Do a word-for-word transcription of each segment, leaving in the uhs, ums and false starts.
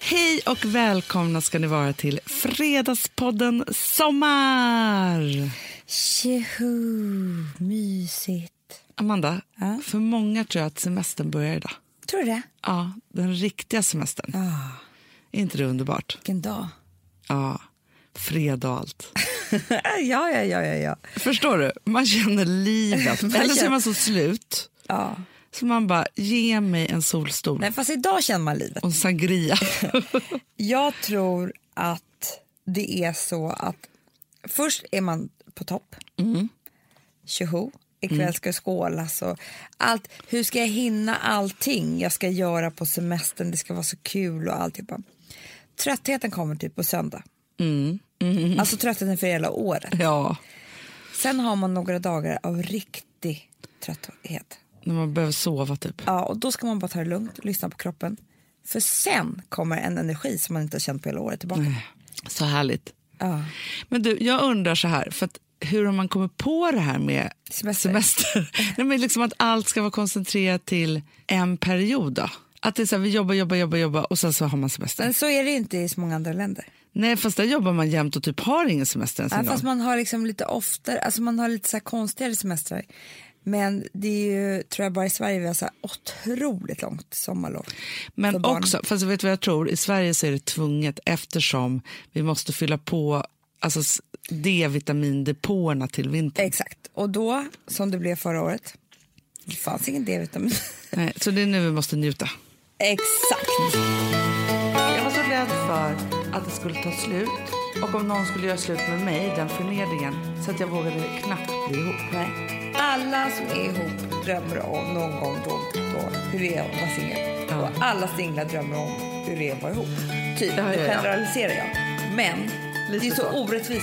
Hej och välkomna ska ni vara till Fredagspodden Sommar. Tjoho, mysigt. Amanda, ja? för många tror jag att semestern börjar idag. Tror du det? Ja, den riktiga semestern. Ja. Är inte det underbart? Vilken dag. Ja, fredag och allt. ja, ja, ja, ja, ja. Förstår du? Man känner livet. Man Eller så känner- är man så slut. ja. Så man bara, ge mig en solstol. Nej, fast idag känner man livet. Och en sangria. Jag tror att det är så att först är man på topp. Mm. Tjoho, ikväll mm. ska jag skålas och allt. Hur ska jag hinna allting jag ska göra på semestern? Det ska vara så kul och allt. Typ. Tröttheten kommer typ på söndag. Mm. Mm. Alltså tröttheten för hela året. Ja. Sen har man några dagar av riktig trötthet. När man behöver sova typ. Ja, och då ska man bara ta det lugnt, lyssna på kroppen. För sen kommer en energi som man inte har känt på hela året tillbaka. Nej, så härligt. Ja. Men du, jag undrar så här, för att hur har man kommit på det här med Semester. semester? Nej, men liksom att allt ska vara koncentrerat till en period då. Att det är så här, vi jobbar, jobbar, jobbar, jobbar och sen så har man semester. Men så är det inte i så många andra länder. Nej, fast där jobbar man jämt och typ har ingen semester ens en Ja, gång. fast man har liksom lite oftare, alltså man har lite så här konstigare semestrar. Men det är ju, tror jag bara i Sverige vi har så här otroligt långt sommarlov. Men också, fast vet du vad jag tror? I Sverige så är det tvunget eftersom vi måste fylla på alltså D-vitamindepåerna till vintern. Exakt, och då, som det blev förra året, det fanns ingen D-vitamin. Nej, så det är nu vi måste njuta. Exakt. Jag var så rädd för att det skulle ta slut och om någon skulle göra slut med mig, den förnedringen, så att jag vågade knappt bli ihop. Nej. Alla som är ihop drömmer om någon gång då, då hur det är att vara singel. Ja. Och alla singlar drömmer om hur det är att vara ihop. Typ, Ja, ja, det ja. generaliserar jag. Men Lite det är så, så. orättvist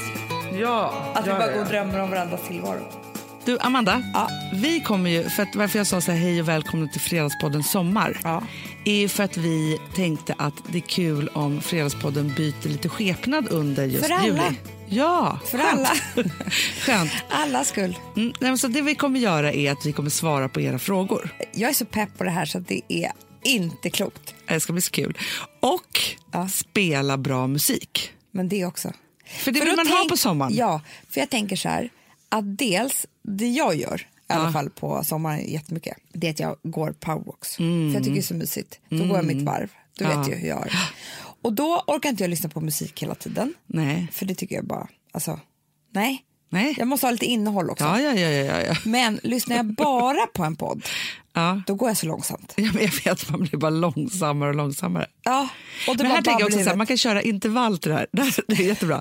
Ja, att vi ja, bara ja, går ja. och drömmer om varandras tillvaro. Du, Amanda, Ja. vi kommer ju, för att, varför jag sa så här, hej och välkomna till Fredagspodden Sommar, Ja. är ju för att vi tänkte att det är kul om Fredagspodden byter lite skepnad under just För alla. juli. Ja, För skönt. alla. Skönt. Alla skull. Mm, nej, men så det vi kommer göra är att vi kommer svara på era frågor. Jag är så pepp på det här så att det är inte klokt. Det ska bli så kul. Och Ja. spela bra musik. Men det också. För det För vill då man ha tänk- på sommaren. Ja, för jag tänker så här, att dels det jag gör, i alla Ja. fall på sommaren jättemycket, det är att jag går powerwalks. Mm. För jag tycker det är så mysigt. Då går jag mitt varv. Du Ja. vet ju hur jag är. Och då orkar inte jag lyssna på musik hela tiden. Nej. För det tycker jag bara, alltså, nej. Nej. Jag måste ha lite innehåll också. Ja, ja, ja, ja, ja. Men lyssnar jag bara på en podd, ja. då går jag så långsamt. Ja, men jag vet, man blir bara långsammare och långsammare. Ja, och det Men bara här tänker jag babblar också i så här, huvudet. man kan köra intervall till det här. Det här det är jättebra.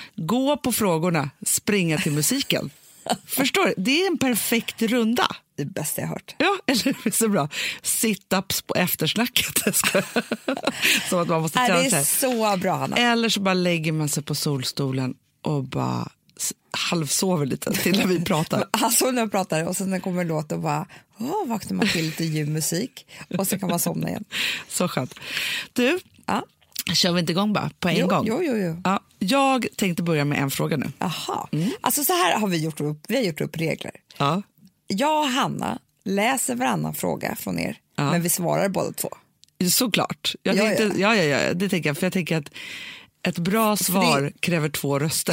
Gå på frågorna, springa till musiken. Förstår du? Det är en perfekt runda. Det är det bästa jag har hört. Ja, eller hur? Så bra. Sit-ups på eftersnacket. Jag ska- Som att man måste Nej, träna det sig. är så bra, Hanna. Eller så bara lägger man sig på solstolen och bara s- halvsover lite till när vi pratar. Alltså när jag pratar och sen kommer en låt och bara åh, vaknar man till lite ljuv musik och så kan man somna igen. Så skönt. Du, Ja. kör vi inte igång bara på en Jo, gång? jo, jo, jo. Ja, jag tänkte börja med en fråga nu. Aha. Alltså så här har vi gjort upp, vi har gjort upp regler. Ja. Jag och Hanna läser varannan fråga från er, Ja. men vi svarar båda två. Såklart. Jag Ja, tänkte, ja. Ja, ja, ja, det tänker jag. För jag tänker att ett bra svar det- kräver två röster.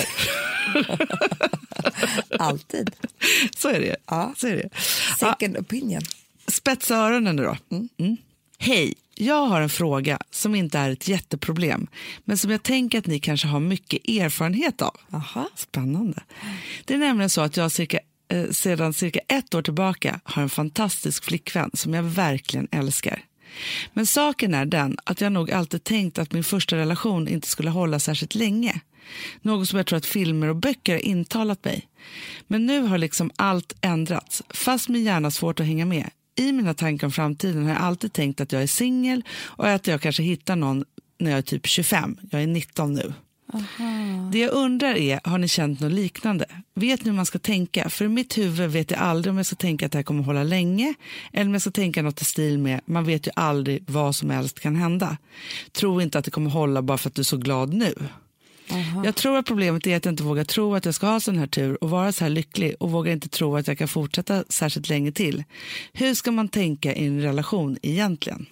Alltid. Så är det. Ja. Så är det. Ja, Second opinion. spetsa öronen nu då. Mm. Hej, jag har en fråga som inte är ett jätteproblem, men som jag tänker att ni kanske har mycket erfarenhet av. Aha. Spännande. Det är nämligen så att jag cirka, eh, sedan cirka ett år tillbaka har en fantastisk flickvän som jag verkligen älskar. Men saken är den att jag nog alltid tänkt att min första relation inte skulle hålla särskilt länge. Något som jag tror att filmer och böcker har intalat mig. Men nu har liksom allt ändrats, fast min hjärna har svårt att hänga med. I mina tankar om framtiden har jag alltid tänkt att jag är singel och att jag kanske hittar någon när jag är typ tjugofem. Jag är nitton nu. Aha. Det jag undrar är, har ni känt något liknande? Vet ni hur man ska tänka? För i mitt huvud vet jag aldrig om jag ska tänka att det här kommer hålla länge eller om jag ska tänka något i stil med, man vet ju aldrig vad som helst kan hända. Tro inte att det kommer hålla bara för att du är så glad nu. Aha. Jag tror att problemet är att jag inte vågar tro att jag ska ha sån här tur och vara så här lycklig och vågar inte tro att jag kan fortsätta särskilt länge till. Hur ska man tänka i en relation egentligen?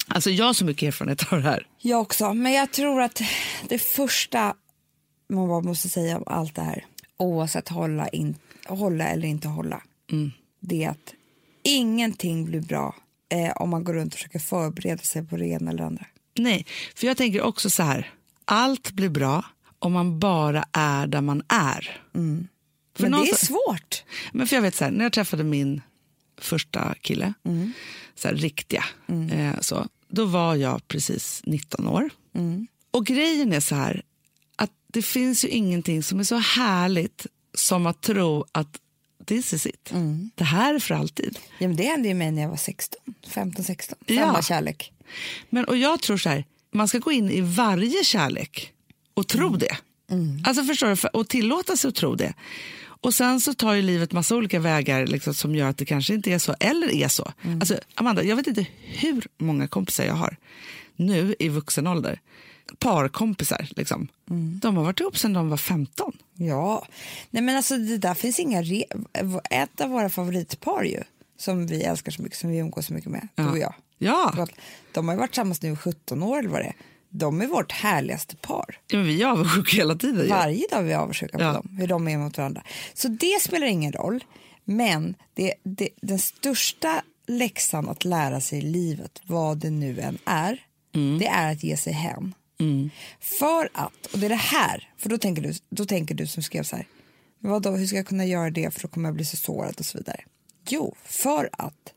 Alltså jag har så mycket erfarenhet av det här. Jag också, men jag tror att det första man bara måste säga om allt det här, oavsett hålla, in, hålla eller inte hålla, mm. det är att ingenting blir bra eh, om man går runt och försöker förbereda sig på det ena eller andra. Nej, för jag tänker också så här, allt blir bra om man bara är där man är. Mm. Men det är svårt. Men för jag vet så här, när jag träffade min första kille, mm. så här, riktiga, mm. eh, så, då var jag precis nitton år. Mm. Och grejen är så här, att det finns ju ingenting som är så härligt som att tro att this is it. Mm. Det här är för alltid. Ja, men det hände ju mig när jag var sexton, femton sexton. Samma ja. kärlek. Men, och jag tror så här, man ska gå in i varje kärlek och tro mm. det. Mm. Alltså förstår du, och tillåta sig att tro det. Och sen så tar ju livet massa olika vägar liksom, som gör att det kanske inte är så, eller är så. Mm. Alltså Amanda, jag vet inte hur många kompisar jag har nu i vuxen ålder. Parkompisar liksom. Mm. De har varit ihop sedan de var femton. Ja, nej men alltså det där finns inga re- ett av våra favoritpar ju, som vi älskar så mycket, som vi umgås så mycket med, ja. du och jag. Ja. De har ju varit tillsammans nu i sjutton år eller vad det är. De är vårt härligaste par. Ja, men vi är avundsjuka hela tiden. Ja. Varje dag vi är avundsjuka på ja. dem, hur de är mot varandra. Så det spelar ingen roll, men det, det, den största läxan att lära sig i livet, vad det nu än är, mm. det är att ge sig hem. Mm. För att, och det är det här, för då tänker du, då tänker du som skrev så här, men vadå, hur ska jag kunna göra det för då kommer jag bli så sårad och så vidare. Jo, för att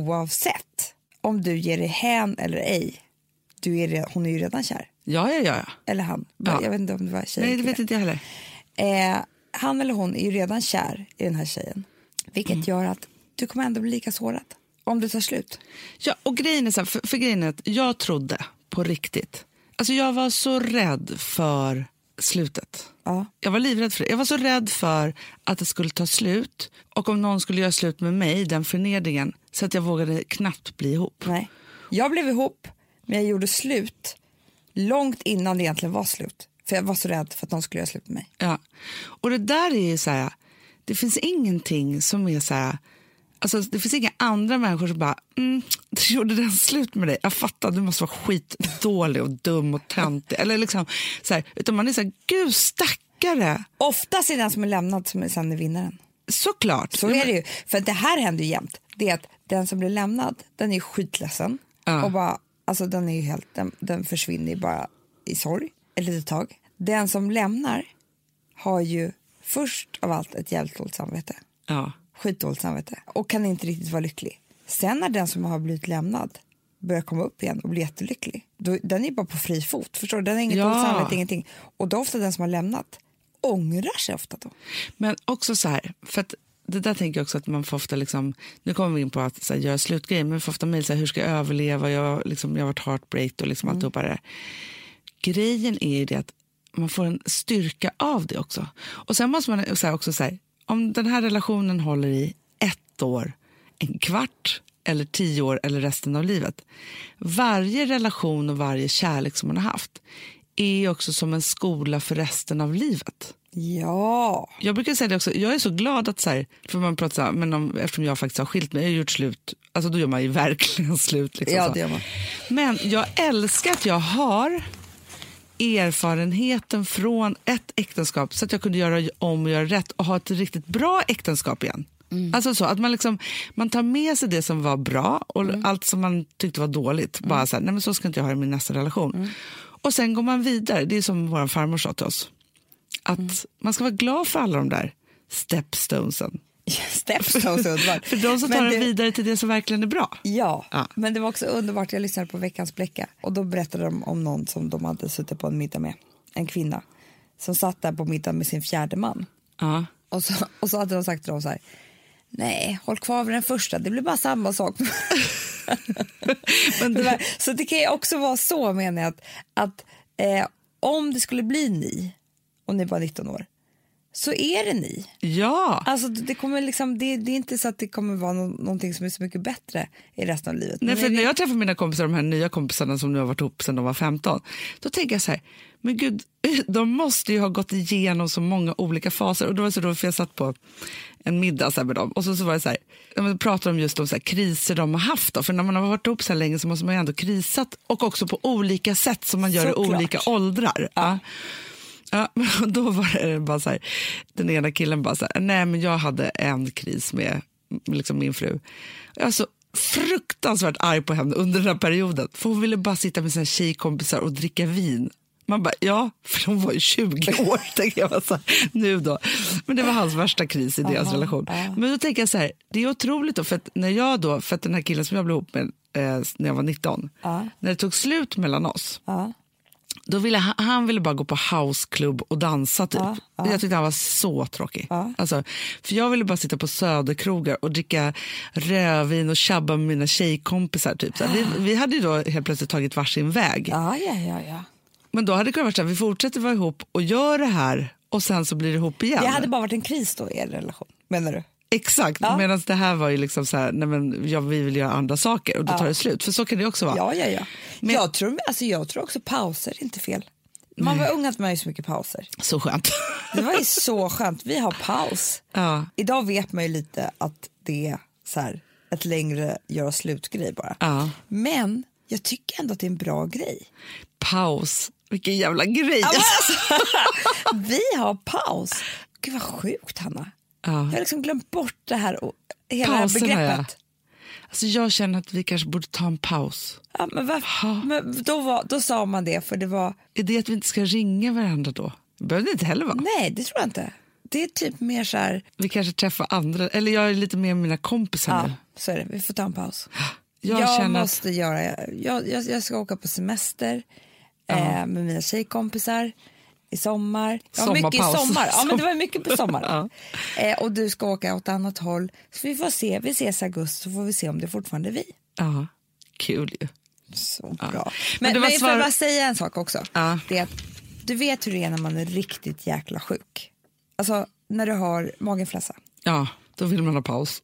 oavsett om du ger dig hän eller ej, du är, hon är ju redan kär. Ja, ja, ja. Eller han, ja. jag vet inte om det var tjej. Nej, det vet inte jag heller. Eh, han eller hon är ju redan kär i den här tjejen, vilket mm. gör att du kommer ändå bli lika sårad om det tar slut. Ja, och grejen är så här, för, för grejen är att jag trodde på riktigt. Alltså jag var så rädd för slutet. Ja. Jag var livrädd för det. Jag var så rädd för att det skulle ta slut. Och om någon skulle göra slut med mig, den förnedringen, så att jag vågade knappt bli ihop. Nej. Jag blev ihop, men jag gjorde slut långt innan det egentligen var slut. För jag var så rädd för att någon skulle göra slut med mig. Ja. Och det där är ju så här, det finns ingenting som är så här, alltså det finns inga andra människor som bara, mm, du gjorde den slut med dig. Jag fattar, du måste vara skitdålig och dum och töntig. Eller liksom så här, utan man är så här, gud stackare. Oftast är det den som är lämnad som är sen är vinnaren. Såklart. Så är det ju, för det här händer ju jämt. Det är att den som blir lämnad, den är skitledsen. Ja. Och bara, alltså den är ju helt, den, den försvinner ju bara i sorg ett litet tag. Den som lämnar har ju först av allt ett jävligt dåligt samvete. Ja. Skitdåligt samvete. Och kan inte riktigt vara lycklig. Sen när den som har blivit lämnad börjar komma upp igen och bli jättelycklig, då, den är bara på fri fot. Förstår du? Den har inget ja. dåligt samvete, ingenting. Och då ofta den som har lämnat ångrar sig ofta då. Men också så här, för att det där tänker jag också att man får ofta liksom, nu kommer vi in på att så här, göra slutgrejer, men får ofta mejl så här, hur ska jag överleva? Jag, liksom, jag har varit heartbreak och liksom mm. alltihopa det där. Grejen är ju det att man får en styrka av det också. Och sen måste man så här, också säga, om den här relationen håller i ett år, en kvart eller tio år eller resten av livet. Varje relation och varje kärlek som man har haft är också som en skola för resten av livet. Ja. Jag brukar säga det också, jag är så glad att så här, för man pratar så här, men om, eftersom jag faktiskt har skilt mig, jag har gjort slut, alltså då gör man ju verkligen slut. Liksom, ja, så. Det gör man. Men jag älskar att jag har erfarenheten från ett äktenskap så att jag kunde göra om och göra rätt och ha ett riktigt bra äktenskap igen. Mm. Alltså så att man liksom, man tar med sig det som var bra och mm. allt som man tyckte var dåligt. Mm. Bara så här, nej men så ska inte jag ha i min nästa relation. Mm. Och sen går man vidare, det är som vår farmor sa till oss. Att mm. man ska vara glad för alla de där stepstonesen. Stepstones underbart. För de som tar det vidare till det som verkligen är bra. Ja, ja, men det var också underbart. Jag lyssnade på Veckans Bläcka och då berättade de om någon som de hade suttit på en middag med. En kvinna som satt där på middag med sin fjärde man. Ja. Och, så, och så hade de sagt till dem så här: nej, håll kvar vid den första, det blir bara samma sak. Men det var, så det kan ju också vara så, menar jag, att, att eh, om det skulle bli ni och ni var nitton år, så är det ni. Ja. Alltså det kommer liksom det, det är inte så att det kommer vara no- någonting som är så mycket bättre i resten av livet. Nej, för men när jag träffar mina kompisar, de här nya kompisarna som nu har varit ihop sedan de var femton, då tänker jag så här, men gud, de måste ju ha gått igenom så många olika faser. Och då var det så roligt, för jag satt på en middag så här med dem och så, så var det så här, de pratar om just om så här kriser de har haft då. För när man har varit ihop så här länge så måste man ju ändå krisat, och också på olika sätt som man gör så i klart. Olika åldrar. Ja. Ja, men då var det bara så här, den ena killen bara så här, nej men jag hade en kris med liksom min fru. Jag var så fruktansvärt arg på henne under den här perioden, för hon ville bara sitta med sina tjejkompisar och dricka vin. Man bara, ja, för hon var ju tjugo år, tänker jag så här, nu då. Men det var hans värsta kris i deras Aha, relation. Ja. Men då tänker jag så här, det är otroligt då, för att när jag då, för att den här killen som jag blev ihop med eh, när jag var nitton, ja. När det tog slut mellan oss, ja. Då ville han, han ville bara gå på houseklubb och dansa typ. Ja, ja. Jag tyckte han var så tråkig. Ja. Alltså, för jag ville bara sitta på söderkrogar och dricka rödvin och tjabba med mina tjejkompisar typ. Så vi, vi hade ju då helt plötsligt tagit varsin väg. Ja, ja, ja, ja. Men då hade det kunnat vara så här, vi fortsätter vara ihop och gör det här och sen så blir det ihop igen. Det hade bara varit en kris då i er relation, menar du? Exakt, ja. Medan det här var ju liksom så här, nej men jag vill göra andra saker och då tar ja. Det slut, för så kan det också vara. Ja, ja, ja. Men jag tror, alltså jag tror också pauser är inte fel. Man nej. Var ung att man har ju så mycket pauser. Så skönt. Det var ju så skönt, vi har paus. Ja. Idag vet man ju lite att det är så här, ett längre göra slut-grej bara. Ja. Men jag tycker ändå att det är en bra grej. Paus, vilken jävla grej. Ja, alltså, vi har paus. Gud vad sjukt, Hanna. Ja. Jag har liksom glömt bort det här och hela Pausen det här begreppet. Jag. Alltså jag känner att vi kanske borde ta en paus. Ja, men varför? Men då, var, då sa man det, för det var... Är det att vi inte ska ringa varandra då? Det behöver det inte heller vara. Nej, det tror jag inte. Det är typ mer så här... Vi kanske träffar andra, eller jag är lite mer med mina kompisar ja, nu. Så är det, vi får ta en paus. Jag, jag känner måste att... göra... Jag, jag, jag ska åka på semester ja. eh, med mina tjejkompisar. I sommar. Ja, mycket i sommar. Ja, men det var mycket på sommar. Ja. Eh, och du ska åka åt annat håll. Så vi får se. Vi ses i augusti, så får vi se om det fortfarande är vi. Ja, kul ju. Så ja. Bra. Men, men, men svar... får jag bara säga en sak också. Ja. Det är att du vet hur det är när man är riktigt jäkla sjuk. Alltså när du har maginfluensa. Ja, då vill man ha paus.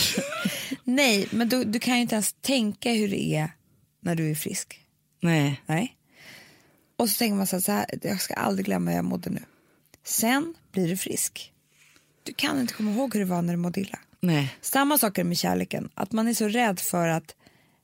Nej, men du, du kan ju inte ens tänka hur det är när du är frisk. Nej. Nej. Och så tänker man så här, jag ska aldrig glömma hur jag mådde nu. Sen blir du frisk. Du kan inte komma ihåg hur det var när du mådde illa. Nej. Samma sak med kärleken. Att man är så rädd för att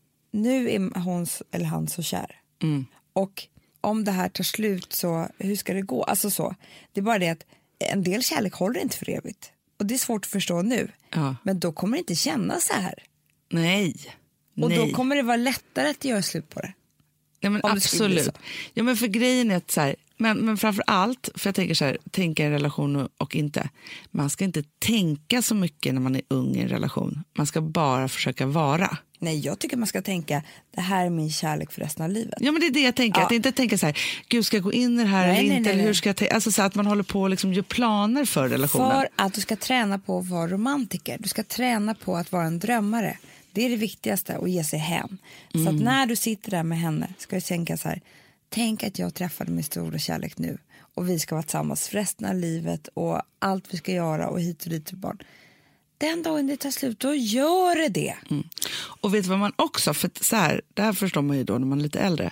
nu är hon eller han så kär. Mm. Och om det här tar slut, så hur ska det gå? Alltså så. Det är bara det att en del kärlek håller inte för evigt. Och det är svårt att förstå nu. Ja. Men då kommer det inte kännas så här. Nej. Och Nej. då kommer det vara lättare att göra slut på det. Ja, men absolut. Ja, men för grejen är att så här, men, men framför allt, för jag tänker så här, tänka en relation och, och inte. Man ska inte tänka så mycket när man är ung i en relation. Man ska bara försöka vara. Nej, jag tycker man ska tänka, det här är min kärlek för resten av livet. Ja, men det är det jag tänker. Ja. Att inte tänka så här, gud ska jag gå in i det här nej, eller nej, inte? Nej, eller hur ska jag tänka? Alltså så att man håller på och liksom gör planer för relationen. För att du ska träna på att vara romantiker. Du ska träna på att vara en drömmare. Det är det viktigaste, att ge sig hem. Mm. Så att när du sitter där med henne ska du tänka så här, tänk att jag träffade min stora kärlek nu. Och vi ska vara tillsammans för resten av livet och allt vi ska göra och hit och dit för barn. Den dagen det tar slut, då gör det det. Mm. Och vet du vad man också, för så här, det här förstår man ju då när man är lite äldre.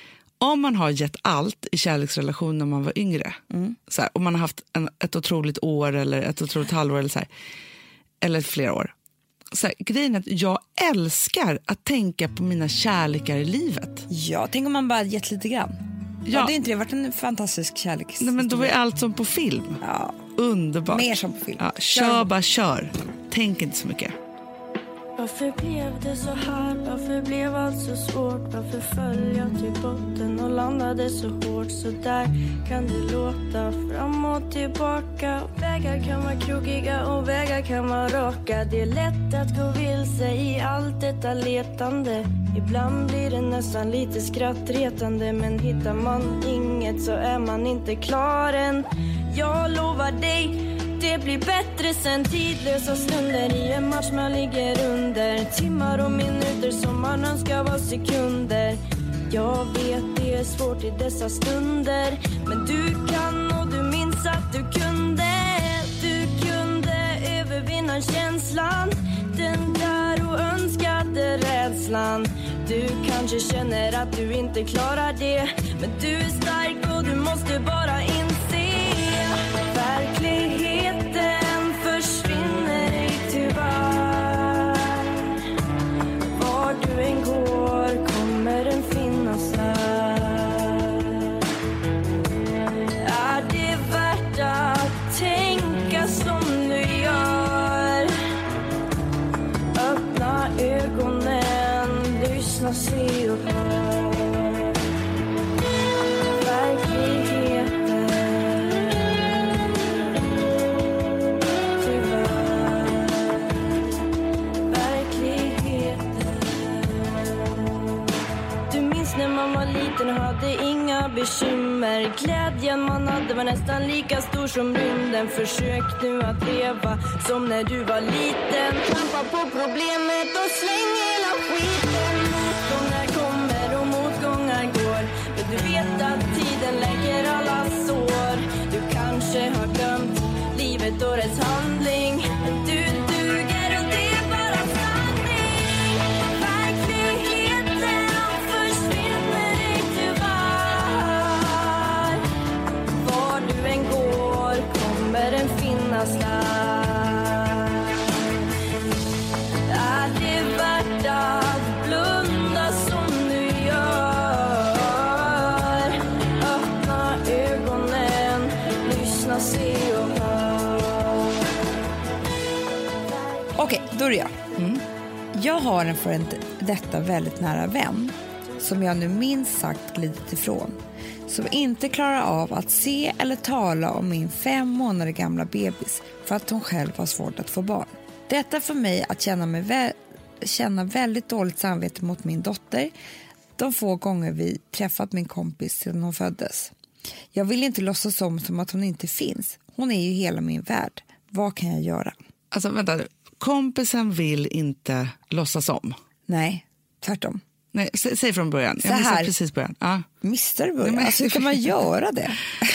Om man har gett allt i kärleksrelation när man var yngre, mm. så här, och man har haft en, ett otroligt år eller ett otroligt halvår eller så här, eller flera år. Så här, grejen är att jag älskar att tänka på mina kärlekar i livet. Ja, tänk om man bara gett lite grann. Ja. Hade inte det varit en fantastisk kärlek? Nej, men då är allt som på film. Ja. Underbart. Mer som på film. Ja, kör bara kör. Tänk inte så mycket. Varför blev det så här? Varför blev allt så svårt? Varför föll jag till botten och landade så hårt? Så där kan det låta fram och tillbaka. Vägar kan vara krokiga och vägar kan vara raka. Det är lätt att gå vilse i allt detta letande. Ibland blir det nästan lite skrattretande. Men hittar man inget så är man inte klar än. Jag lovar dig, det blir bättre sen. Tidlösa stunder i en match man ligger under. Timmar och minuter som man önskar var sekunder. Jag vet det är svårt i dessa stunder, men du kan och du minns att du kunde. den känslan, den där oönskade rädslan. Du kanske känner att du inte klarar det, men du är stark och du måste bara inse. Verkligheten försvinner dig tyvärr. Var du än går kommer den finnas där. Är det värt att tänka som du gör? Öppna ögonen, lyssna, se och hör. Verkligheten tyvärr. Verkligheten. Du minns när man var liten och hade inga bekymmer. Glädjen man hade var nästan lika stor som rymden. Försök nu att leva som när du var liten. Trampa på problemet och släng hela skiten. Motgångar kommer och motgångar går, men du vet att tiden läker alla sår. Du kanske har glömt livet och dess handling, men du duger och det är bara sanning. Verkligheten försvinner dig tyvärr. Var du än går kommer den finnas där. Är det värt att blunda som du gör? Öppna ögonen, lyssna, se och hör. Okej, då är det jag. Mm. Jag har en för en detta väldigt nära vän som jag nu minst sagt glidit ifrån. Som inte klarar av att se eller tala om min fem månader gamla bebis för att hon själv har svårt att få barn. Detta för mig att känna, mig vä- känna väldigt dåligt samvete mot min dotter de få gånger vi träffat min kompis sedan hon föddes. Jag vill inte låtsas om som att hon inte finns. Hon är ju hela min värld. Vad kan jag göra? Alltså vänta, kompisen vill inte låtsas om. Nej, tvärtom. Nej, sä, säg från början. Så jag här, precis början. Ja. Mister början. Alltså hur kan man göra det?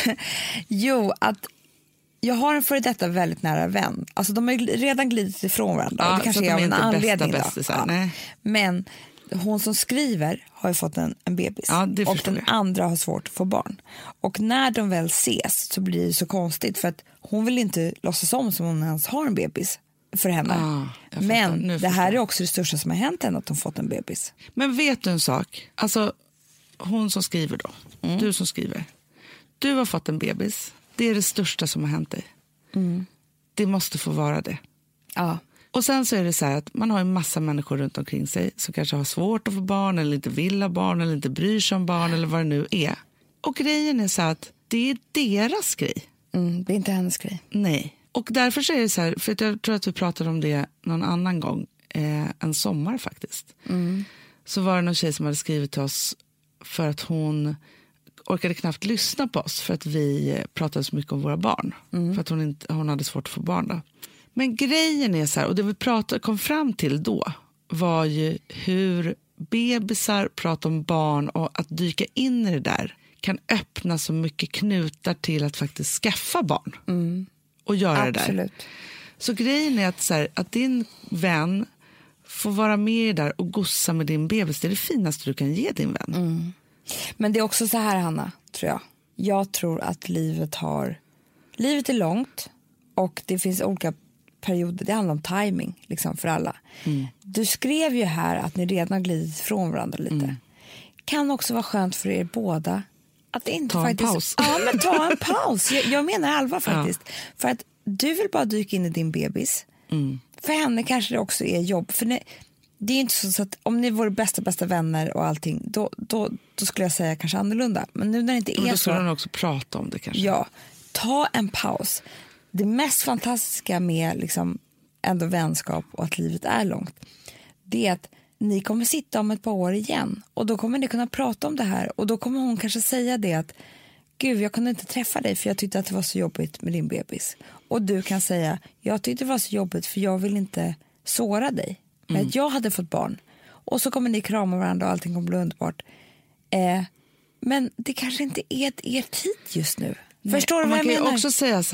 Jo, att jag har en för detta väldigt nära vän. Alltså de har redan glidit ifrån varandra. Ja, det kanske de är av en anledning. Bästisar, ja. Men hon som skriver har ju fått en, en bebis. Ja, det och den jag. andra har svårt att få barn. Och när de väl ses så blir det så konstigt. För att hon vill inte låtsas om som hon ens har en bebis för henne. Ah, men det här är också det största som har hänt henne, att hon fått en bebis. Men vet du en sak? Alltså hon som skriver då. Mm. Du som skriver. Du har fått en bebis. Det är det största som har hänt dig. Mm. Det måste få vara det. Ja. Och sen så är det så här att man har en massa människor runt omkring sig som kanske har svårt att få barn eller inte vill ha barn eller inte bryr sig om barn eller vad det nu är. Och grejen är så att det är deras grej. Mm, det är inte hennes grej. Nej. Och därför så är det så här, för jag tror att vi pratade om det någon annan gång, eh, en sommar faktiskt. Mm. Så var det någon tjej som hade skrivit till oss för att hon orkade knappt lyssna på oss för att vi pratade så mycket om våra barn. Mm. För att hon, inte, hon hade svårt att få barn då. Men grejen är så här, och det vi pratade, kom fram till då var ju hur bebisar pratar om barn och att dyka in i det där kan öppna så mycket knutar till att faktiskt skaffa barn. Mm. Och göra Absolut. det där. Så grejen är att, så här, att din vän får vara med där och gossa med din bebis. Det är det finaste du kan ge din vän. Mm. Men det är också så här, Hanna, tror jag. Jag tror att livet har... Livet är långt och det finns olika perioder. Det handlar om timing liksom, för alla. Mm. Du skrev ju här att ni redan har glidit från varandra lite. Mm. Kan också vara skönt för er båda att inte ta faktiskt... en paus. Ja, men ta en paus. Jag, jag menar allvar faktiskt. Ja. För att du vill bara dyka in i din bebis. Mm. För henne kanske det också är jobb. För ne, det är inte så att om ni vore bästa, bästa vänner och allting, då, då, då skulle jag säga kanske annorlunda. Men nu när det inte är så... Då skulle hon också prata om det kanske. Ja, ta en paus. Det mest fantastiska med liksom ändå vänskap och att livet är långt, det är att ni kommer sitta om ett par år igen och då kommer ni kunna prata om det här och då kommer hon kanske säga det att gud, jag kunde inte träffa dig för jag tyckte att det var så jobbigt med din bebis. Och du kan säga, jag tyckte det var så jobbigt för jag vill inte såra dig. Men mm. att jag hade fått barn. Och så kommer ni krama varandra och allting kommer bli underbart. Eh, men det kanske inte är er tid just nu. Nej, förstår du vad jag menar? Man kan ju också säga så här,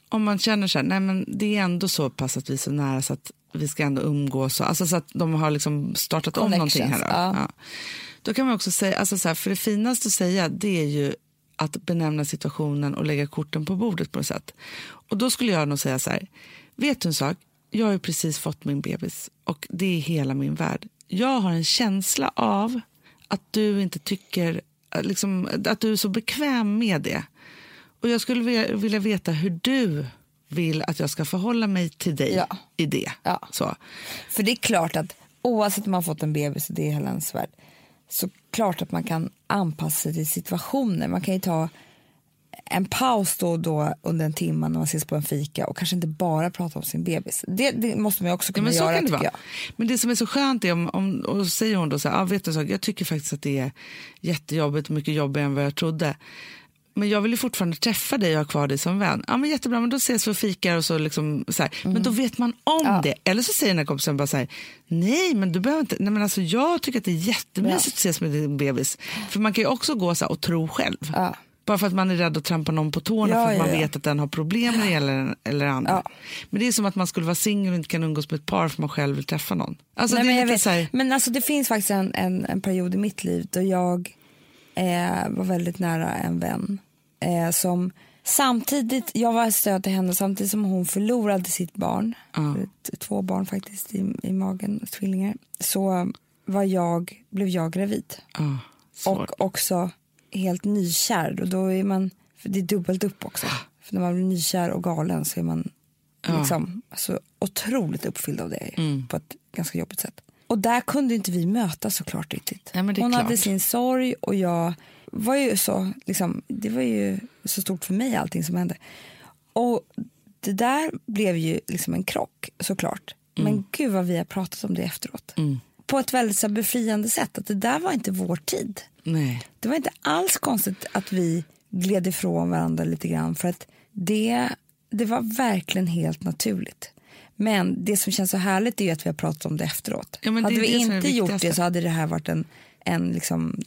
Om man känner så här, nej men det är ändå så pass att vi är så nära så att vi ska ändå umgås. Alltså så att de har liksom startat om någonting här. Då. Ja. Ja. Då kan man också säga, alltså så här, för det finaste att säga det är ju att benämna situationen och lägga korten på bordet på något sätt. Och då skulle jag nog säga så här, vet du en sak? Jag har ju precis fått min bebis och det är hela min värld. Jag har en känsla av att du inte tycker, liksom, att du är så bekväm med det. Och jag skulle vilja veta hur du vill att jag ska förhålla mig till dig ja. i det. Ja. Så. För det är klart att oavsett om man har fått en bebis och det är hela ens värld, så klart att man kan anpassa sig till situationer. Man kan ju ta en paus då och då under en timme när man ses på en fika och kanske inte bara prata om sin bebis. Det, det måste man ju också kunna ja, göra, tycker jag. Men det som är så skönt är om, om och säger hon då så här, ah, vet du så, jag tycker faktiskt att det är jättejobbigt och mycket jobbigare än vad jag trodde. Men jag vill ju fortfarande träffa dig och ha kvar dig som vän. Ja, men jättebra, men då ses vi och fikar och så liksom så här. Mm. Men då vet man om ja. det. Eller så säger den här kompisen bara så här, nej men du behöver inte, nej men alltså jag tycker att det är jättemysigt ja. att ses med din bebis. För man kan ju också gå så här och tro själv. Ja. Bara för att man är rädd att trampa någon på tårna ja, för att man ja, ja. vet att den har problem med eller, eller andra. Ja. Men det är som att man skulle vara singel och inte kan umgås med ett par för man själv vill träffa någon. Alltså, nej, det, är men, vet, så här... men alltså det finns faktiskt en, en, en period i mitt liv då jag eh, var väldigt nära en vän. Eh, som samtidigt, jag var ett stöd till henne samtidigt som hon förlorade sitt barn. Uh. Två barn faktiskt i, i magen, tvillingar. Så var jag, blev jag gravid. Uh, och också helt nykär. Och då är man, för det är dubbelt upp också. För när man blir nykär och galen så är man uh. liksom alltså, otroligt uppfylld av det mm. på ett ganska jobbigt sätt. Och där kunde inte vi mötas såklart riktigt. Ja, hon klart. hade sin sorg och jag var ju så, liksom, det var ju så stort för mig allting som hände. Och det där blev ju liksom en krock såklart. Mm. Men gud vad vi har pratat om det efteråt. Mm. På ett väldigt så befriande sätt. Att det där var inte vår tid. Nej. Det var inte alls konstigt att vi gled ifrån varandra lite grann. För att det, det var verkligen helt naturligt. Men det som känns så härligt är ju att vi har pratat om det efteråt. Ja, hade vi inte gjort det så hade det här varit en, en liksom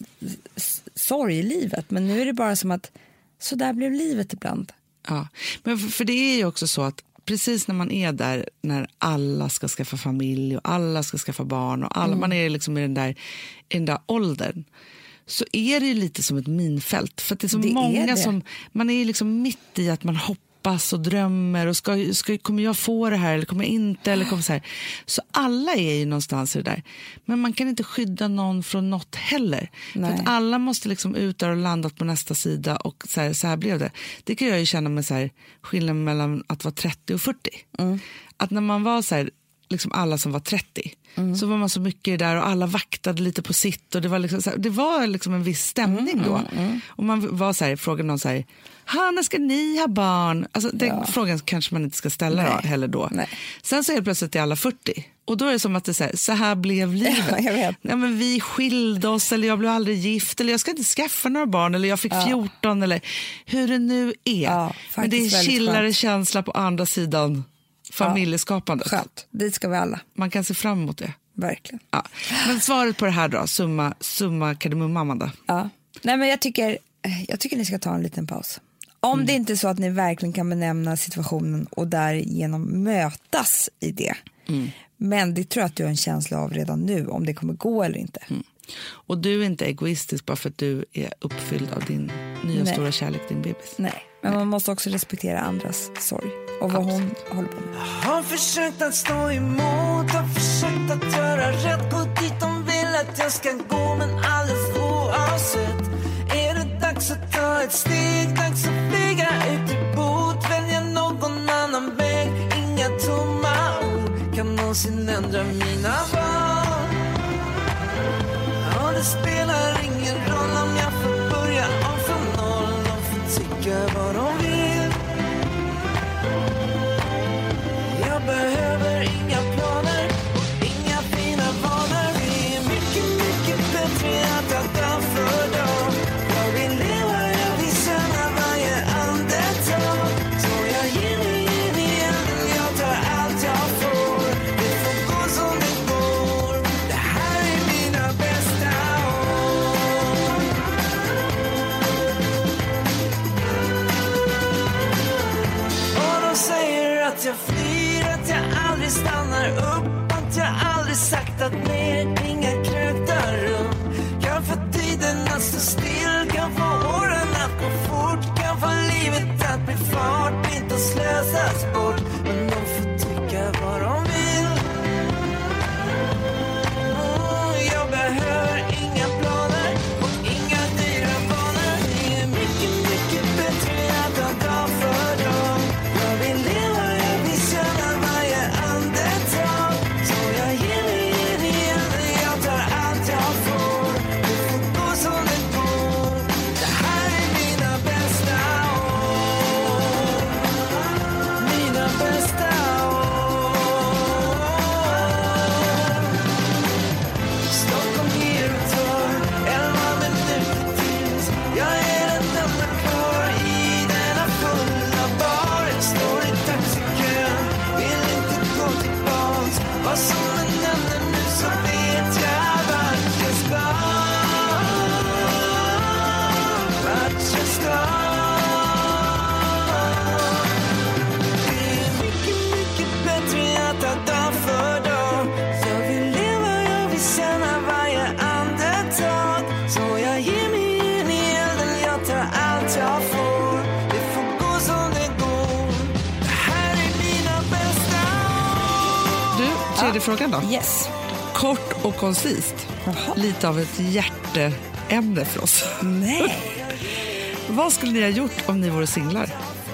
sorg i livet. Men nu är det bara som att så där blev livet ibland. Ja, men för, för det är ju också så att precis när man är där när alla ska skaffa familj och alla ska skaffa barn och alla, mm. man är liksom i den där, i den där åldern, så är det ju lite som ett minfält. För att det är så det många är det. som, man är liksom mitt i att man hoppas och drömmer och ska, ska, kommer jag få det här eller kommer jag inte eller kommer så här. Så alla är ju någonstans i det där. Men man kan inte skydda någon från något heller. Nej. För att alla måste liksom ut där och landat på nästa sida och så här, så här blev det. Det kan jag ju känna med så här, skillnaden mellan att vara trettio och fyrtio. Mm. Att när man var så här, liksom alla som var trettio, mm. så var man så mycket där och alla vaktade lite på sitt och det var liksom, så här, det var liksom en viss stämning mm, då. Mm, mm. Och man var så här, frågade någon så här, när ska ni ha barn? Alltså den ja. frågan kanske man inte ska ställa då, heller då. Nej. Sen så är det plötsligt till alla fyrtio. Och då är det som att det är så här, så här blev livet. Ja, jag vet. Ja, men vi skilde oss eller jag blev aldrig gift eller jag ska inte skaffa några barn eller jag fick ja. fjorton eller hur det nu är. Ja, men det är chillare känsla på andra sidan familjeskapandet. Ja, skönt. Dit ska vi alla. Man kan se fram emot det. Verkligen. Ja. Men svaret på det här då, summa, summa kardemumma, Amanda. Ja. Nej, men jag tycker, jag tycker ni ska ta en liten paus. Om mm. det inte är så att ni verkligen kan benämna situationen och därigenom mötas i det. Mm. Men det tror jag att du har en känsla av redan nu om det kommer gå eller inte. Mm. Och du är inte egoistisk bara för att du är uppfylld av din nya Nej. stora kärlek, din bebis. Nej, men Nej. man måste också respektera andras sorg och vad Absolut. hon håller på med. Jag har försökt att stå emot, har försökt att göra rätt, gå dit de vill att jag ska gå, men alldeles oavsett. Är det dags att ta ett steg, dags att flyga ut i bot, välja någon annan väg, inga tomma ord kan någonsin ändra mina val. Ja, det spelar ingen roll om jag får börja om från noll, de får tycka vad de vill. Jag behöver inga planer, inga fina vanor, det är mycket, mycket bättre att jag dör för dem. Jag vill leva, jag vill känna varje andetag, så jag ger mig in igen, jag tar allt jag får. Det får gå som det går, det här är mina bästa år. jag får. Det får gå som det går. Det här är mina bästa år. Du, tredje ja. frågan då. Yes. Kort och koncist. Jaha. Lite av ett hjärteämne för oss. Nej. Vad skulle ni ha gjort om ni vore singlar?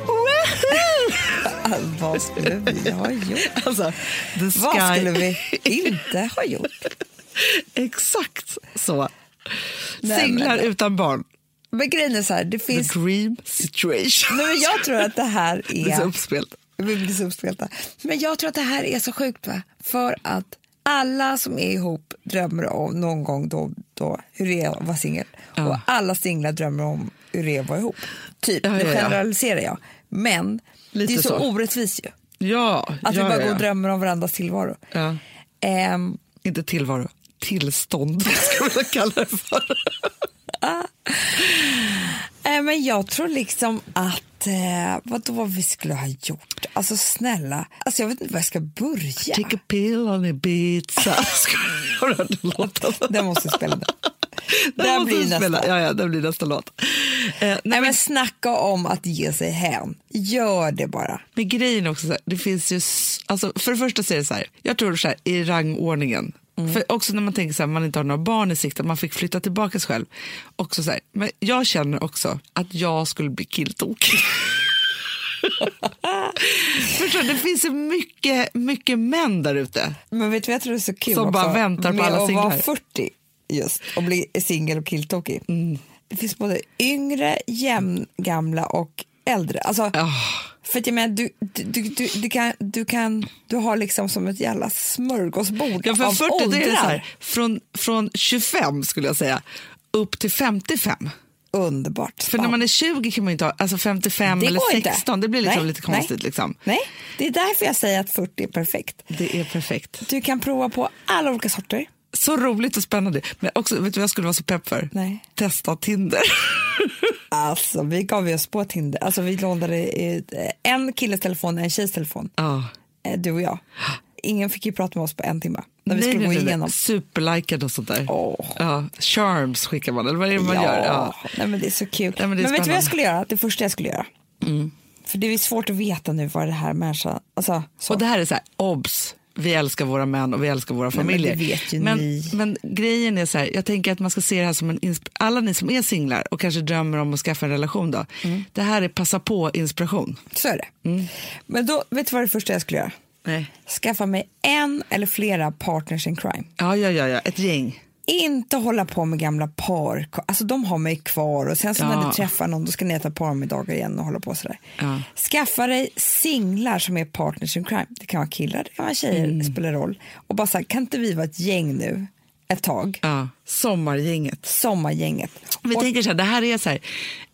Vad skulle vi ha gjort? Alltså, the sky. Vad skulle vi inte ha gjort? Exakt så. Nej, Singlar men, utan barn. Men grejen är så här, det finns... The dream situation. Nej, men jag tror att det här är... Det är så uppspelt. Vi blir så uppspelta. Men jag tror att det här är så sjukt, va? För att alla som är ihop drömmer om någon gång då, då hur det är att vara singel. Ja. Och alla singlar drömmer om hur det är att vara ihop. Typ, ja, ja, det ja. generaliserar jag. Men lite det är så, så orättvist ju. Ja, att ja, vi bara ja, går ja. och drömmer om varandras tillvaro. Ja. Um, Inte tillvaro, tillstånd ska vi kalla det för. uh, uh, men jag tror liksom att uh, vad då vi skulle ha gjort. Alltså snälla, alltså jag vet inte var jag ska börja. Take a pill on Ibiza. Har du hört den låten? Den måste spela den. Den blir nästa. nästa. Ja, ja, det blir nästa låt. Eh, nej, nej, men snacka om att ge sig hän. Gör det bara. Men grejen är också så här, det finns ju, alltså för det första så är det så här, jag tror så här i rangordningen. Mm. För också när man tänker så här, man inte har några barn i sikte, man fick flytta tillbaka sig själv. Också så här, men jag känner också att jag skulle bli killtokig. Förstår, det finns så mycket, mycket män där ute. Men vet du vad jag tror det är så kul som också? bara väntar på alla singlar. Med att vara fyrtio just och bli singel och killtokig. Mm. Det finns både yngre, jämngamla och äldre. Alltså, oh. för att jag menar, du, du, du, du, du, kan, du kan, du har liksom som ett jävla smörgåsbord ja, för av fyrtio, åldrar. det är så här, från, från tjugofem skulle jag säga upp till femtiofem. Underbart. För när man är tjugo kan man inte ha, alltså femtiofem eller sexton, inte. Det blir liksom nej, lite konstigt. Nej. Liksom. Nej, det är därför jag säger att fyrtio är perfekt. Det är perfekt. Du kan prova på alla olika sorter. Så roligt och spännande. Men också, vet du vad jag skulle vara så pepp för? Nej. Testa Tinder. Alltså, vi gav oss på Tinder. Alltså, vi lånade en killes telefon och en tjejs telefon. Oh. Du och jag. Ingen fick ju prata med oss på en timme. När vi nej, skulle nej, gå nej, igenom. Superlikad och sånt där. Oh. Ja, charms skickar man, eller vad är det man ja. gör? Ja, nej, men det är så kul. Nej, men men vet du vad jag skulle göra? Det första jag skulle göra. Mm. För det är svårt att veta nu vad det här människan... Alltså, så. Och det här är så här, obs. Vi älskar våra män och vi älskar våra familjer. Nej, men, det vet ju men, ni. men grejen är så här, jag tänker att man ska se det här som en insp- alla ni som är singlar och kanske drömmer om att skaffa en relation då. Mm. Det här är passa på inspiration. Så är det. Mm. Men då, vet du vad det första jag skulle göra? Nej. Skaffa mig en eller flera partners in crime. Ja, ja, ja, ja. Ett gäng. Inte hålla på med gamla par. Alltså de har mig kvar och sen så ja. när du träffar någon då ska ni äta parmiddagar igen och hålla på sådär. Ja. Skaffa dig singlar som är partners in crime. Det kan vara killar, det kan vara tjejer, mm. det spelar roll. Och bara så här, kan inte vi vara ett gäng nu ett tag? Ja, sommargänget. Sommargänget. Vi och, tänker så här, det här är så här,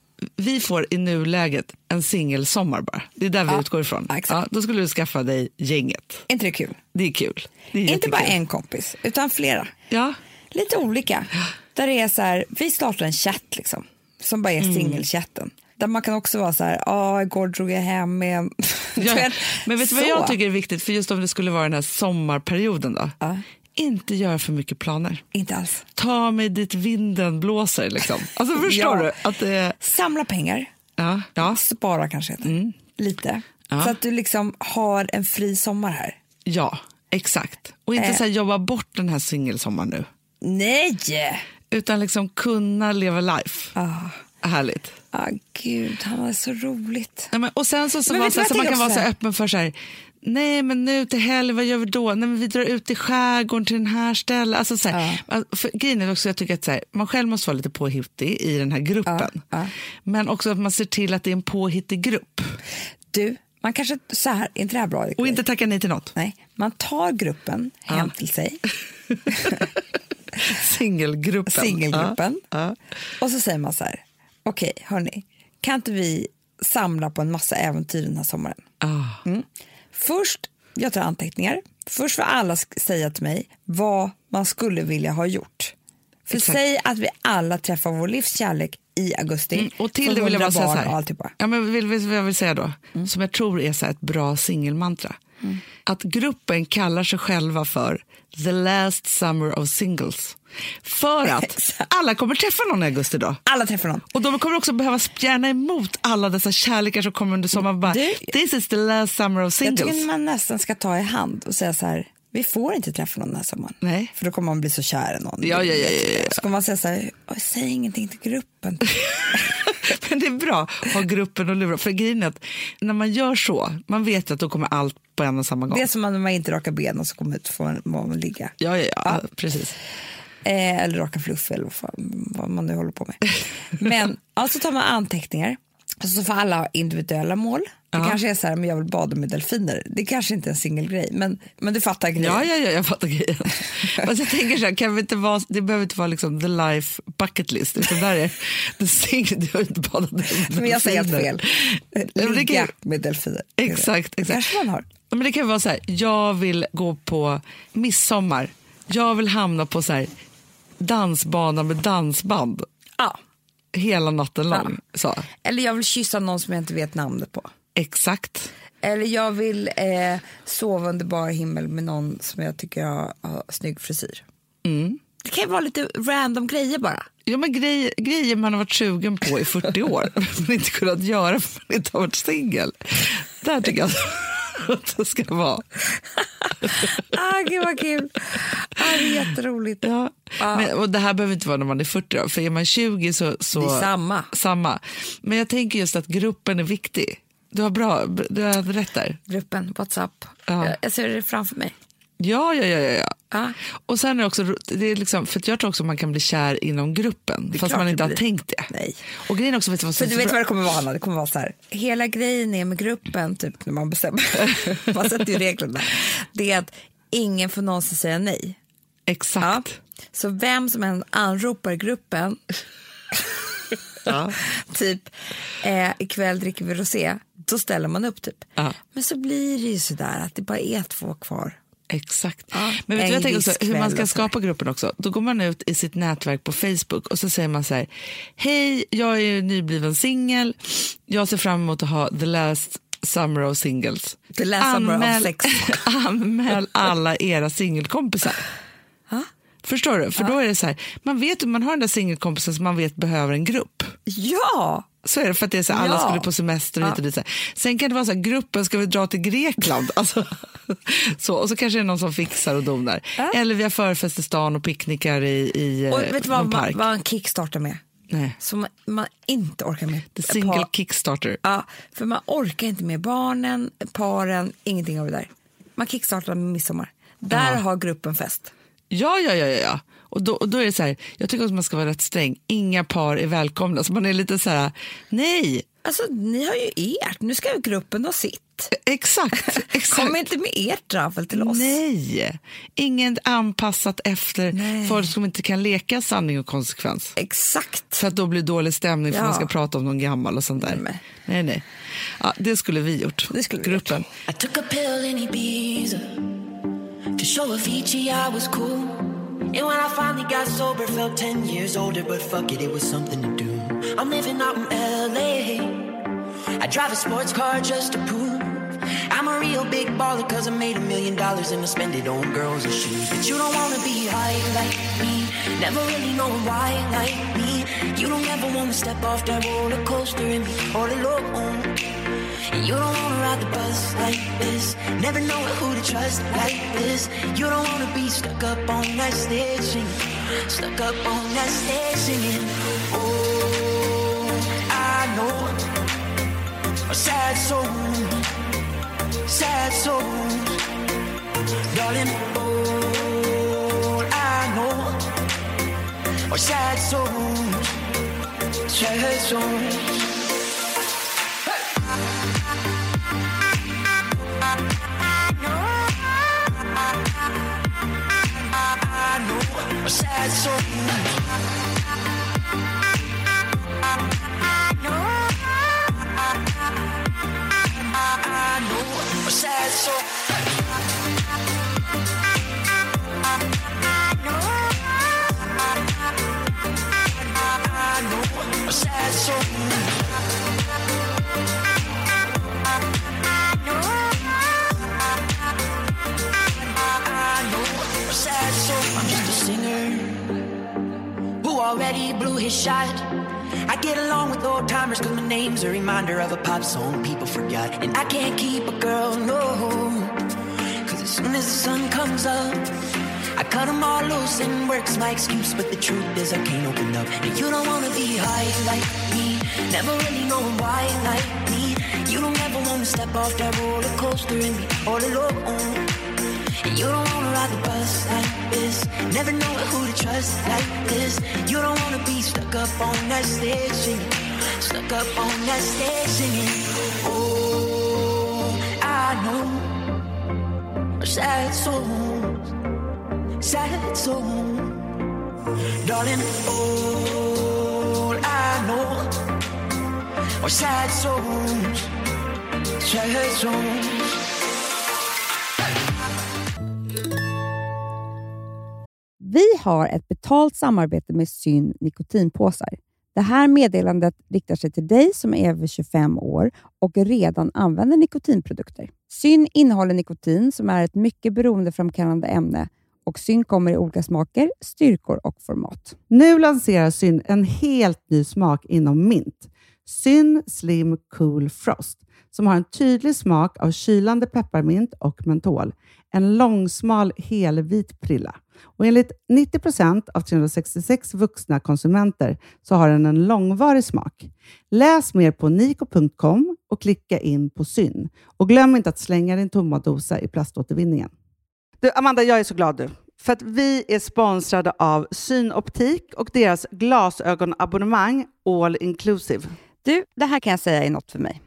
vi får i nuläget en singelsommar bara. Det är där vi ja, utgår ifrån. Ja, ja, då skulle du skaffa dig gänget. inte det kul? Det är kul. Det är inte jättekul. bara en kompis, utan flera. Ja. Lite olika. Där det är så här, vi startar en chatt liksom, som bara är mm. singelchatten. Där man kan också vara så här, ja, igår drog jag hem med... ja, men vet du vad jag tycker är viktigt? För just om det skulle vara den här sommarperioden då. Ja. Inte göra för mycket planer. Inte alls. Ta mig dit vinden blåser liksom. Alltså förstår ja. du? Att det... Samla pengar. Ja. Ja. Spara kanske mm. lite. Ja. Så att du liksom har en fri sommar här. Ja, exakt. Och inte äh. så här jobba bort den här singelsommaren nu. Nej! Utan liksom kunna leva life. Ah. Härligt. Ja, ah, gud, han var så roligt. Ja, men, och sen så, så, men var, så, så man kan vara så här? öppen för så här, nej men nu till helg, vad gör vi då? Nej men vi drar ut i skärgården till den här stället. Alltså, så här, ja. för, grejen är också, jag tycker att så här, man själv måste vara lite påhittig i den här gruppen. Ja. Ja. Men också att man ser till att det är en påhittig grupp. Du, man kanske, så här, är inte det här bra? Och inte tacka nej till något. Nej, man tar gruppen ja. hem till sig. Singelgruppen. Singelgruppen. Ja. Ja. Och så säger man så här, okej, okay, hörni, kan inte vi samla på en massa äventyr den här sommaren? Ah. Mm. Först, jag tar anteckningar. Först får alla säga till mig vad man skulle vilja ha gjort. För Exakt. säg att vi alla träffar vår livskärlek i augusti. Mm. Och till det vill jag bara säga så här. Och ja, men vill, vill, vad jag vill säga då, mm. som jag tror är så här ett bra singelmantra. Mm. Att gruppen kallar sig själva för The Last Summer of Singles. För att alla kommer träffa någon i augusti då. Alla träffar någon. Och de kommer också behöva spjärna emot alla dessa kärlekar som kommer under sommaren. Bara, Du, this is the last summer of singles. Jag tycker man nästan ska ta i hand och säga så här: vi får inte träffa någon den här sommaren. Nej. För då kommer man bli så kär i någon. Ja, ja, ja, ja, ja. Så kommer man säga så här: säg ingenting till gruppen. Men det är bra att ha gruppen och lura. För grejen är att när man gör så, man vet att då kommer allt på en och samma gång. Det är som när man inte rakar ben och så kommer ut får man ligga. Ja, ja, ja, ja. Precis. Eh, eller raka fluff eller vad, fan, vad man nu håller på med. Men alltså tar man anteckningar. Så får alla ha individuella mål. Det ja. kanske är så här, men jag vill bada med delfiner. Det kanske inte är en singelgrej, men, men du fattar grejen. Ja, ja, ja, jag fattar grejen. Men jag tänker så här, kan vi inte vara, det behöver inte vara liksom the life bucket list. Utan där är det singel, du har inte badat med delfiner. Men jag säger helt fel. Ligga med delfiner. Exakt, exakt. Kanske man har. Men det kan vara så här, jag vill gå på midsommar. Jag vill hamna på så här dansbana med dansband. Ja. Hela natten lång. Ja. Så. Eller jag vill kyssa någon som jag inte vet namnet på. Exakt. Eller jag vill eh, sova under bar himmel med någon som jag tycker har, har snygg frisyr. Mm. Det kan ju vara lite random grejer bara. Ja, men grejer, grejer man har varit sugen på i fyrtio år men inte kunnat göra för man inte har varit singel. Där tycker jag att det ska vara. Ah, gud vad kul. Ah, det är jätteroligt. Ja. Ah. Men, och det här behöver inte vara när man är fyrtio då, för är man tjugo så... så det är samma. samma. Men jag tänker just att gruppen är viktig. Du har bra, du har rätt där. Gruppen, WhatsApp. Ja. Jag, jag ser det framför mig. Ja, ja, ja, ja. ja. Ah. Och sen är det också, det är liksom, för jag tror också man kan bli kär inom gruppen, fast man inte har tänkt det. Nej. Och grejen också, vet du vad, så, så du vet vad det kommer vara, Anna? Det kommer vara så här, hela grejen är med gruppen, typ när man bestämmer, man sätter ju reglerna, det är att ingen får någonsin säga nej. Exakt. Ja. Så vem som än anropar gruppen, ja. typ eh, ikväll dricker vi rosé, då ställer man upp typ. Ja. Men så blir det ju sådär att det bara är två kvar. Exakt. Ja, men vet du, jag tänker också, hur man ska skapa gruppen också. Då går man ut i sitt nätverk på Facebook och så säger man så här: hej, jag är nybliven singel. Jag ser fram emot att ha the last summer of singles. The last summer anmäl, of sex. anmäl alla era singelkompisar. Ha? Förstår du? För ja. Då är det så här, man vet att man har den där singelkompisen som man vet behöver en grupp. Ja! Så är det, för att det är så här, alla ja. skulle på semester och ja. lite lite. Sen kan det vara så här, gruppen ska vi dra till Grekland. Alltså, så, och så kanske det är någon som fixar och donar. Ja. Eller vi har förfest i stan och picknickar i, i och vet du vad, park. vad en kickstarter med? Nej. Som man, man inte orkar med. The single Par. kickstarter. Ja, för man orkar inte med barnen, paren, ingenting av det där. Man kickstartar med midsommar. Där ja. Har gruppen fest. Ja, ja, ja, ja. Och då, och då är det så här, jag tycker att man ska vara rätt sträng. Inga par är välkomna. Så man är lite så här, nej. Alltså, ni har ju ert. Nu ska gruppen ha sitt. Exakt, exakt. Kom inte med ert travel till oss. Nej, ingen anpassat efter nej. Folk som inte kan leka sanning och konsekvens. Exakt. För att då blir dålig stämning för ja. Man ska prata om någon gammal och sånt där. Nej, nej. nej. Ja, det skulle vi gjort. Det skulle vi gruppen. Gjort. I took a pill in Ibiza to show Avicii I was cool. And when I finally got sober, felt ten years older, but fuck it, it was something to do. I'm living out in L A. I drive a sports car just to prove I'm a real big baller, cause I made a million dollars and I spend it on girls and shoes. But you don't wanna be high like me, never really knowing why like me. You don't ever wanna step off that roller coaster and be all alone. And you don't wanna ride the bus like this, never know who to trust like this. You don't wanna be stuck up on that stage singing, stuck up on that stage singing. Oh, I know a sad soul, sad soul, darling. All I know are sad souls, sad souls. I know a sad soul. Sad soul. I know a sad soul. I know a sad soul. I'm just a singer his shot. I get along with old timers cause my name's a reminder of a pop song people forgot. And I can't keep a girl, no, cause as soon as the sun comes up, I cut them all loose and work's my excuse. But the truth is I can't open up. And you don't wanna be high like me, never really knowing why like me. You don't ever wanna step off that roller coaster and be all alone. And you don't wanna ride the bus like this, never know who to trust like this. You don't wanna be stuck up on that stage singing, stuck up on that stage singing. Oh, I know sad songs, sad songs, darling. All I know are sad songs, sad songs. Vi har ett betalt samarbete med Syn nikotinpåsar. Det här meddelandet riktar sig till dig som är över tjugofem år och redan använder nikotinprodukter. Syn innehåller nikotin som är ett mycket beroendeframkallande ämne och Syn kommer i olika smaker, styrkor och format. Nu lanserar Syn en helt ny smak inom mint. Syn Slim Cool Frost som har en tydlig smak av kylande pepparmint och mentol. En långsmal helvit prilla. Och enligt nittio procent av trehundrasextiosex vuxna konsumenter så har den en långvarig smak. Läs mer på niko punkt com och klicka in på Syn. Och glöm inte att slänga din tomma dosa i plaståtervinningen. Du, Amanda, jag är så glad du. För att vi är sponsrade av Synoptik och deras glasögonabonnemang All Inclusive. Du, det här kan jag säga är något för mig.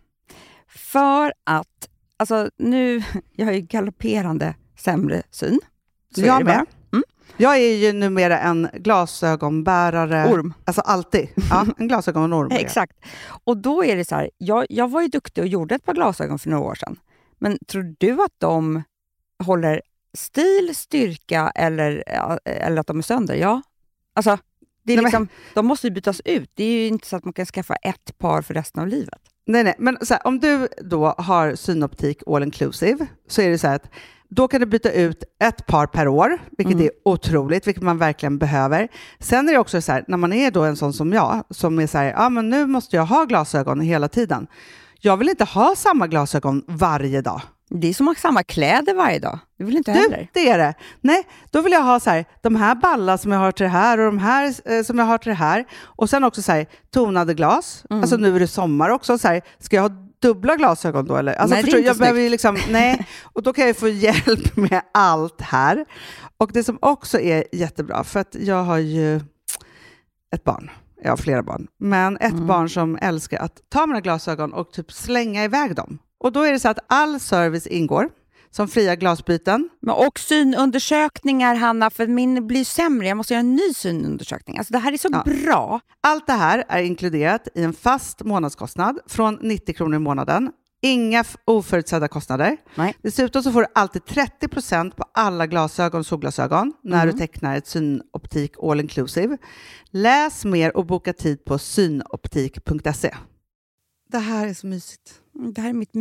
För att, alltså nu, jag har ju galopperande sämre syn. Så jag är med. Mm. Jag är ju numera en glasögonbärare. Orm. Alltså alltid. Ja, en glasögonorm. Exakt. Och då är det så här, jag, jag var ju duktig och gjorde ett par glasögon för några år sedan. Men tror du att de håller stil, styrka eller, eller att de är sönder? Ja. Alltså, det är nej, liksom, men... de måste ju bytas ut. Det är ju inte så att man kan skaffa ett par för resten av livet. Nej, nej. Men så här, om du då har Synoptik All Inclusive så är det så här att då kan du byta ut ett par per år, vilket mm. är otroligt, vilket man verkligen behöver. Sen är det också så här, när man är då en sån som jag, som är så här, ja men nu måste jag ha glasögon hela tiden. Jag vill inte ha samma glasögon varje dag. Det är som att ha samma kläder varje dag. Det vill inte du, heller. Det är det. Nej, då vill jag ha så här, de här ballar som jag har till det här och de här eh, som jag har till det här. Och sen också så här, tonade glas. Mm. Alltså nu är det sommar också. Så här, ska jag ha dubbla glasögon då? Eller? Alltså, nej, förstår, jag snyggt. behöver ju liksom, nej. Och då kan jag få hjälp med allt här. Och det som också är jättebra, för att jag har ju ett barn. Jag har flera barn. Men ett mm. barn som älskar att ta mina glasögon och typ slänga iväg dem. Och då är det så att all service ingår. Som fria glasbyten. Men och synundersökningar, Hanna, för min blir sämre. Jag måste göra en ny synundersökning. Alltså det här är så ja. bra. Allt det här är inkluderat i en fast månadskostnad från nittio kronor i månaden. Inga f- oförutsedda kostnader. Nej. Dessutom så får du alltid trettio procent på alla glasögon och solglasögon när mm. du tecknar ett Synoptik All Inclusive. Läs mer och boka tid på synoptik punkt se. Det här är så mysigt. Det här är mitt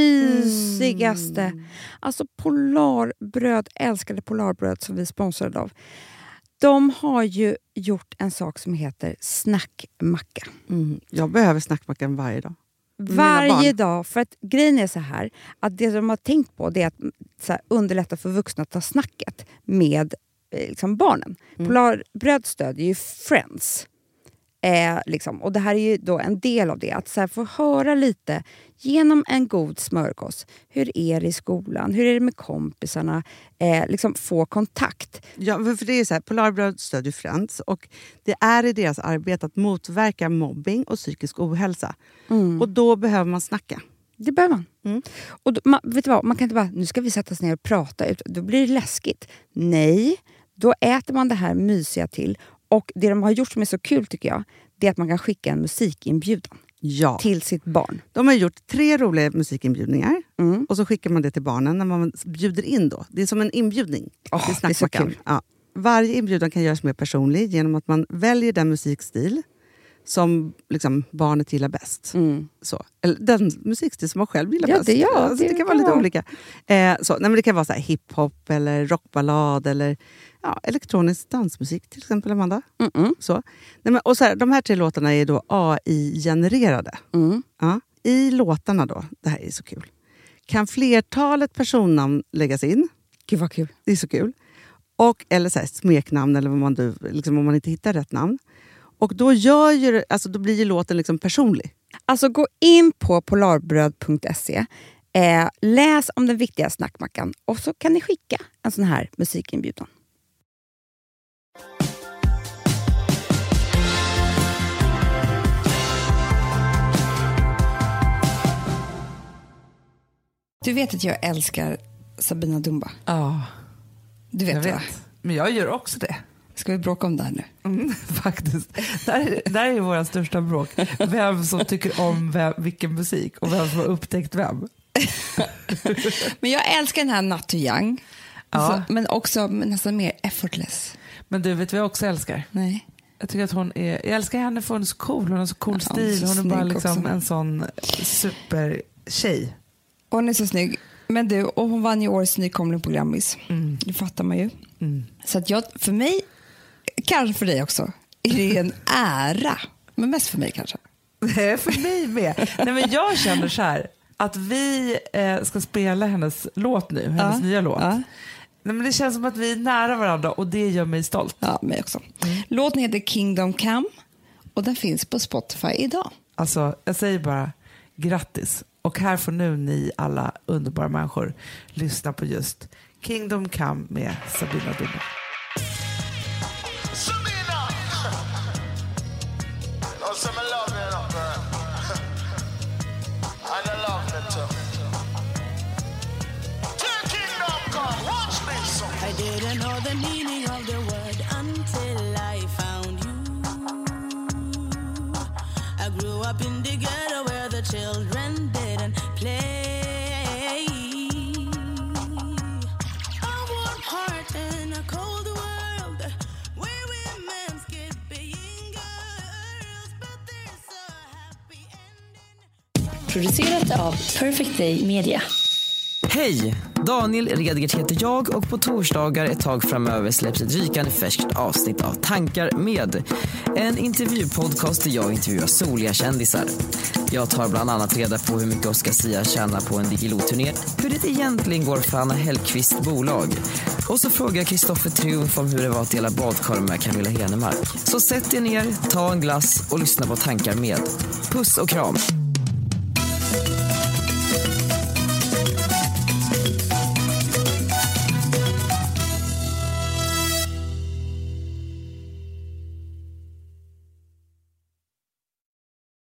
mysigaste. Mm. Alltså Polarbröd, älskade Polarbröd som vi sponsrade av. De har ju gjort en sak som heter snackmacka. Mm. Jag behöver snackmackan varje dag. Varje dag. För att grejen är så här. Att det de har tänkt på det är att så här, underlätta för vuxna att ta snacket med eh, liksom barnen. Mm. Polarbröd stödjer ju Friends. Eh, liksom. Och det här är ju då en del av det. Att så här, få höra lite genom en god smörgås. Hur är det i skolan? Hur är det med kompisarna? Eh, liksom få kontakt. Ja, för det är så här, Polarbröd stödjer Friends. Och det är i deras arbete att motverka mobbing och psykisk ohälsa. Mm. Och då behöver man snacka. Det behöver man. Mm. Och då, man, vet du vad? Man kan inte bara, nu ska vi sätta oss ner och prata ut. Då blir det läskigt. Nej, då äter man det här mysiga till. Och det de har gjort som är så kul tycker jag, det är att man kan skicka en musikinbjudan ja. till sitt barn. De har gjort tre roliga musikinbjudningar mm. och så skickar man det till barnen när man bjuder in då. Det är som en inbjudning oh, till det är så kul. Ja. Varje inbjudan kan göras mer personlig genom att man väljer den musikstil som liksom barnet gillar bäst. Mm. Så. Eller den musikstil som man själv gillar Ja, bäst. det, ja, alltså, det, det kan kan vara lite vara. olika. Eh, så. Nej, men det kan vara så här hiphop eller rockballad eller ja, elektronisk dansmusik till exempel, Amanda. Mm-mm. Så. Nej, men, och så här, de här tre låtarna är då A I-genererade. Mm. Ja. I låtarna då, det här är så kul, kan flertalet personnamn läggas in. Gud vad kul. Det är så kul. Och, eller så här, smeknamn, eller vad man, du, liksom, om man inte hittar rätt namn. Och då, gör ju, alltså, då blir ju låten liksom personlig. Alltså gå in på polarbröd punkt se, eh, läs om den viktiga snackmackan och så kan ni skicka en sån här musikinbjudan. Du vet att jag älskar Sabina Dumba. Ja, Du vet, jag vet. va? Men jag gör också det. Ska vi bråka om det här nu? Mm, faktiskt. Där, där är våra största bråk. Vem som tycker om vem, vilken musik och vem som har upptäckt vem. Men jag älskar den här Not Too Young. Ja. Så, men också nästan mer effortless. Men du vet vad jag också älskar? Nej. Jag tycker att hon är, jag älskar henne för hon är så cool. Hon har så cool Ja, stil. så Hon är bara snygg liksom också. en sån supertjej. Hon är så snygg. Men du, och hon vann ju årets nykomling på Grammis. Mm. Det fattar man ju. Mm. Så att jag, för mig, kanske för dig också, är det en ära. Men mest för mig kanske. Nej, för mig med. Nej, men jag känner så här, att vi eh, ska spela hennes låt nu, hennes Ja. nya låt. Ja. Nej, men det känns som att vi är nära varandra och det gör mig stolt. Ja, mig också. Låten heter Kingdom Come och den finns på Spotify idag. Alltså, jag säger bara grattis. Och här får nu ni alla underbara människor lyssna på just Kingdom Come med Sabina Dumba. Sabina! No, some love me, no, girl. And I love me too. Till Kingdom Come, watch me so. I didn't know the meaning of the word until I found you. I grew up in the ghetto where the children didn't play. A warm heart in a cold world where women skip being girls, but there's a happy ending. Producerat av Perfect Day Media. Hej! Daniel Redgert heter jag och på torsdagar ett tag framöver släpps ett rykande färskt avsnitt av Tankar med. En intervjupodcast där jag intervjuar soliga kändisar. Jag tar bland annat reda på hur mycket Oscar Sia tjänar på en Diggiloo-turné, hur det egentligen går för Anna Hellqvists bolag. Och så frågar Kristoffer Triumf om hur det var att dela badkar med Camilla Henemark. Så sätt er ner, ta en glass och lyssna på Tankar med. Puss och kram!